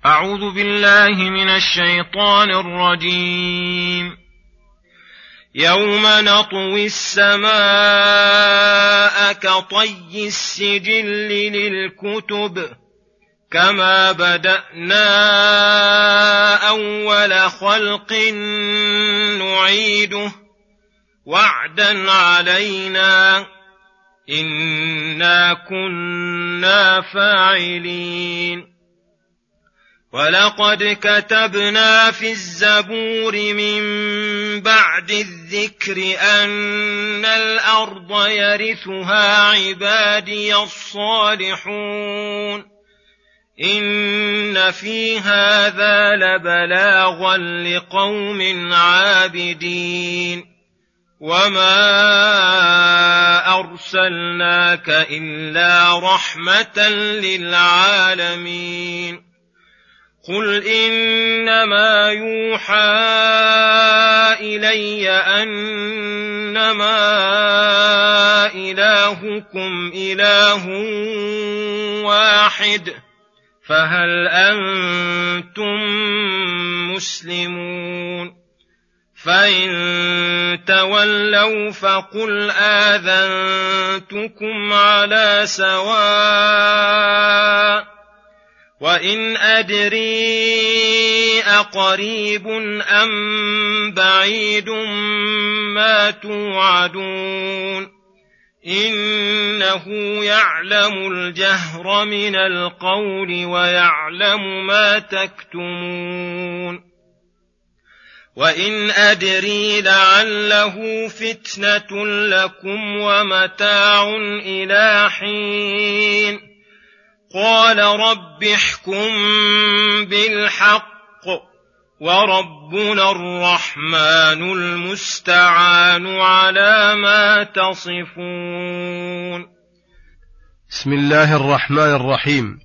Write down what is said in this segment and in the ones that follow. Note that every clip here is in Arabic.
أعوذ بالله من الشيطان الرجيم. يوم نطوي السماء كطي السجل للكتب كما بدأنا أول خلق نعيده وعدا علينا إنا كنا فاعلين. ولقد كتبنا في الزبور من بعد الذكر أن الأرض يرثها عبادي الصالحون إن في هذا لبلاغا لقوم عابدين وما أرسلناك إلا رحمة للعالمين. قل إنما يوحى إلي أنما إلهكم إله واحد فهل أنتم مسلمون؟ فإن تولوا فقل آذنتكم على سواء وإن أدري أقريب أم بعيد ما توعدون إنه يعلم الجهر من القول ويعلم ما تكتمون. وإن أدري لعله فتنة لكم ومتاع إلى حين. قال رب احكم بالحق وربنا الرحمن المستعان على ما تصفون. بسم الله الرحمن الرحيم.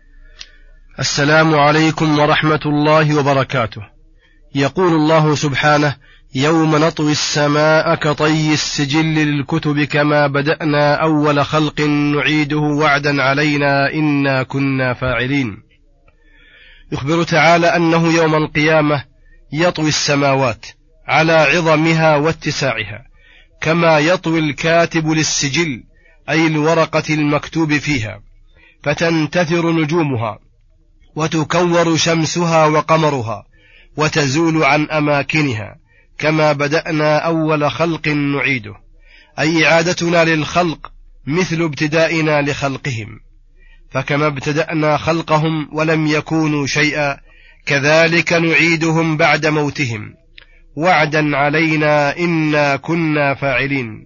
السلام عليكم ورحمة الله وبركاته. يقول الله سبحانه: يوم نطوي السماء كطي السجل للكتب كما بدأنا أول خلق نعيده وعدا علينا إنا كنا فاعلين. يخبر تعالى أنه يوم القيامة يطوي السماوات على عظمها واتساعها كما يطوي الكاتب للسجل أي الورقة المكتوب فيها، فتنتثر نجومها وتكور شمسها وقمرها وتزول عن أماكنها كما بدأنا أول خلق نعيده، أي إعادتنا للخلق مثل ابتدائنا لخلقهم، فكما ابتدأنا خلقهم ولم يكونوا شيئا كذلك نعيدهم بعد موتهم وعدا علينا إنا كنا فاعلين.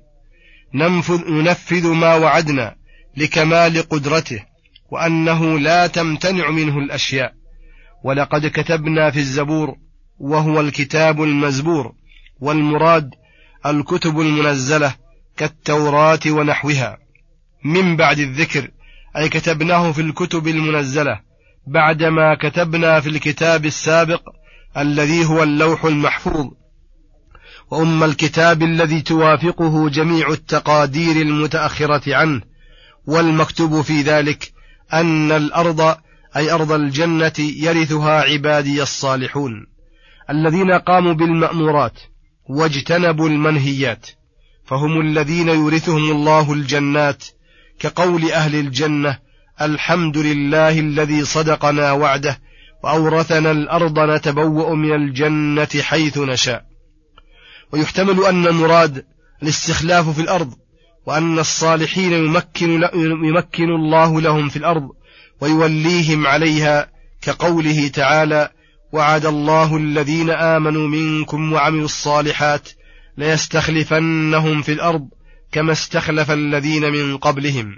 ننفذ ما وعدنا لكمال قدرته وأنه لا تمتنع منه الأشياء. ولقد كتبنا في الزبور وهو الكتاب المزبور، والمراد الكتب المنزلة كالتوراة ونحوها من بعد الذكر، أي كتبناه في الكتب المنزلة بعدما كتبنا في الكتاب السابق الذي هو اللوح المحفوظ، وأم الكتاب الذي توافقه جميع التقادير المتأخرة عنه. والمكتوب في ذلك أن الأرض أي أرض الجنة يرثها عبادي الصالحون الذين قاموا بالمأمورات واجتنبوا المنهيات، فهم الذين يورثهم الله الجنات، كقول أهل الجنة: الحمد لله الذي صدقنا وعده وأورثنا الأرض نتبوأ من الجنة حيث نشاء. ويحتمل أن المراد الاستخلاف في الأرض، وأن الصالحين يمكن الله لهم في الأرض ويوليهم عليها، كقوله تعالى: وعد الله الذين آمنوا منكم وعملوا الصالحات ليستخلفنهم في الأرض كما استخلف الذين من قبلهم.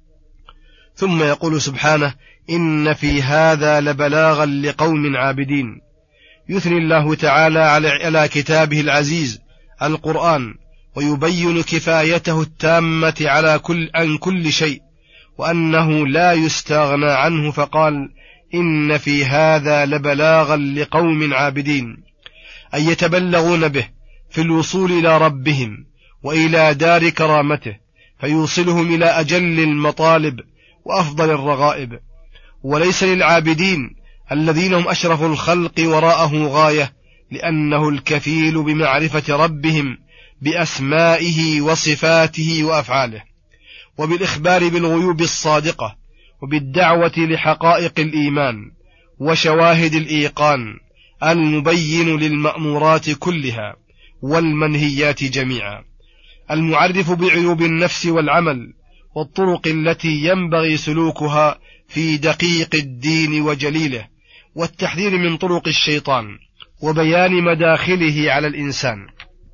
ثم يقول سبحانه: إن في هذا لبلاغا لقوم عابدين. يثني الله تعالى على كتابه العزيز القرآن، ويبين كفايته التامة عن كل شيء، وأنه لا يستغنى عنه، فقال: إن في هذا لبلاغا لقوم عابدين، أي يتبلغون به في الوصول إلى ربهم وإلى دار كرامته، فيوصلهم إلى أجل المطالب وأفضل الرغائب. وليس للعابدين الذين هم أشرف الخلق وراءه غاية، لأنه الكفيل بمعرفة ربهم بأسمائه وصفاته وأفعاله، وبالإخبار بالغيوب الصادقة، وبالدعوة لحقائق الإيمان وشواهد الإيقان المبين للمأمورات كلها والمنهيات جميعا، المعرف بعيوب النفس والعمل والطرق التي ينبغي سلوكها في دقيق الدين وجليله، والتحذير من طرق الشيطان وبيان مداخله على الإنسان.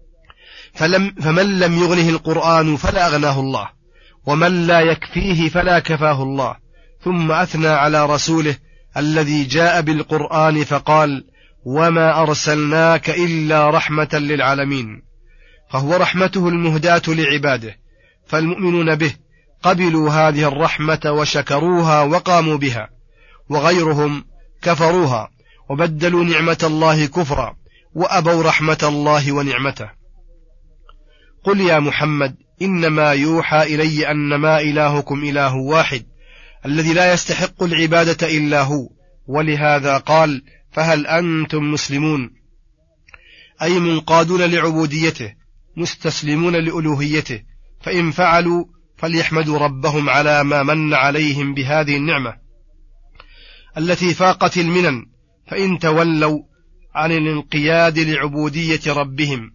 فمن لم يغنه القرآن فلا أغناه الله، ومن لا يكفيه فلا كفاه الله. ثم أثنى على رسوله الذي جاء بالقرآن فقال: وما أرسلناك إلا رحمة للعالمين. فهو رحمته المهداة لعباده، فالمؤمنون به قبلوا هذه الرحمة وشكروها وقاموا بها، وغيرهم كفروها وبدلوا نعمة الله كفرا وأبوا رحمة الله ونعمته. قل يا محمد إنما يوحى إلي أنما إلهكم إله واحد الذي لا يستحق العبادة إلا هو، ولهذا قال: فهل أنتم مسلمون؟ أي منقادون لعبوديته مستسلمون لألوهيته، فإن فعلوا فليحمدوا ربهم على ما من عليهم بهذه النعمة التي فاقت المنن، فإن تولوا عن الانقياد لعبودية ربهم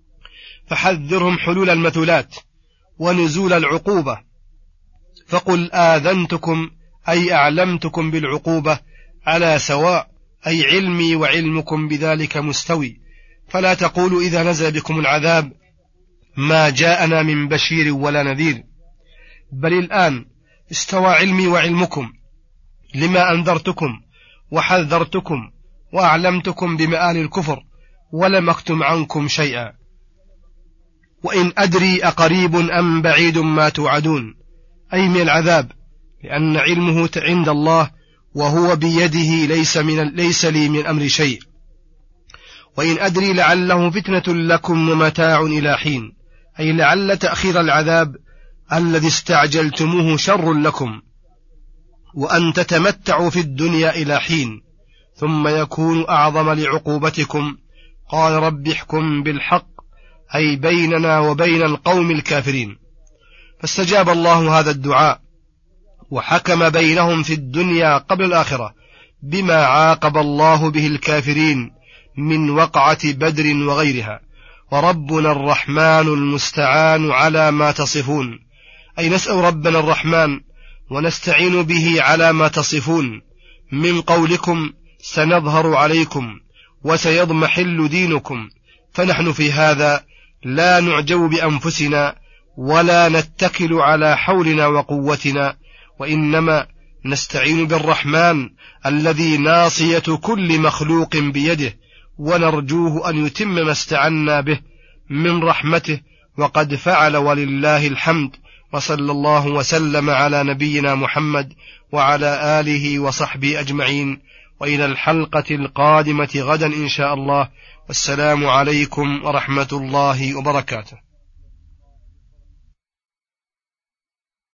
فحذرهم حلول المثلات ونزول العقوبة. فقل آذنتكم أي أعلمتكم بالعقوبة على سواء، أي علمي وعلمكم بذلك مستوي، فلا تقولوا إذا نزل بكم العذاب ما جاءنا من بشير ولا نذير، بل الآن استوى علمي وعلمكم لما أنذرتكم وحذرتكم وأعلمتكم بمآل الكفر ولم أكتم عنكم شيئا. وإن أدري أقريب أم بعيد ما توعدون، أي من العذاب، لأن علمه عند الله وهو بيده، ليس لي من أمر شيء. وإن أدري لعله فتنة لكم ومتاع إلى حين، أي لعل تأخير العذاب الذي استعجلتموه شر لكم، وأن تتمتعوا في الدنيا إلى حين، ثم يكون أعظم لعقوبتكم. قال رب احكم بالحق، أي بيننا وبين القوم الكافرين. فاستجاب الله هذا الدعاء وحكم بينهم في الدنيا قبل الآخرة بما عاقب الله به الكافرين من وقعة بدر وغيرها. وربنا الرحمن المستعان على ما تصفون، أي نسأل ربنا الرحمن ونستعين به على ما تصفون من قولكم سنظهر عليكم وسيضمحل دينكم، فنحن في هذا لا نعجب بأنفسنا ولا نتكل على حولنا وقوتنا، وإنما نستعين بالرحمن الذي ناصية كل مخلوق بيده، ونرجوه أن يتم ما استعنا به من رحمته، وقد فعل ولله الحمد. وصلى الله وسلم على نبينا محمد وعلى آله وصحبه أجمعين، وإلى الحلقة القادمة غدا إن شاء الله، والسلام عليكم ورحمة الله وبركاته.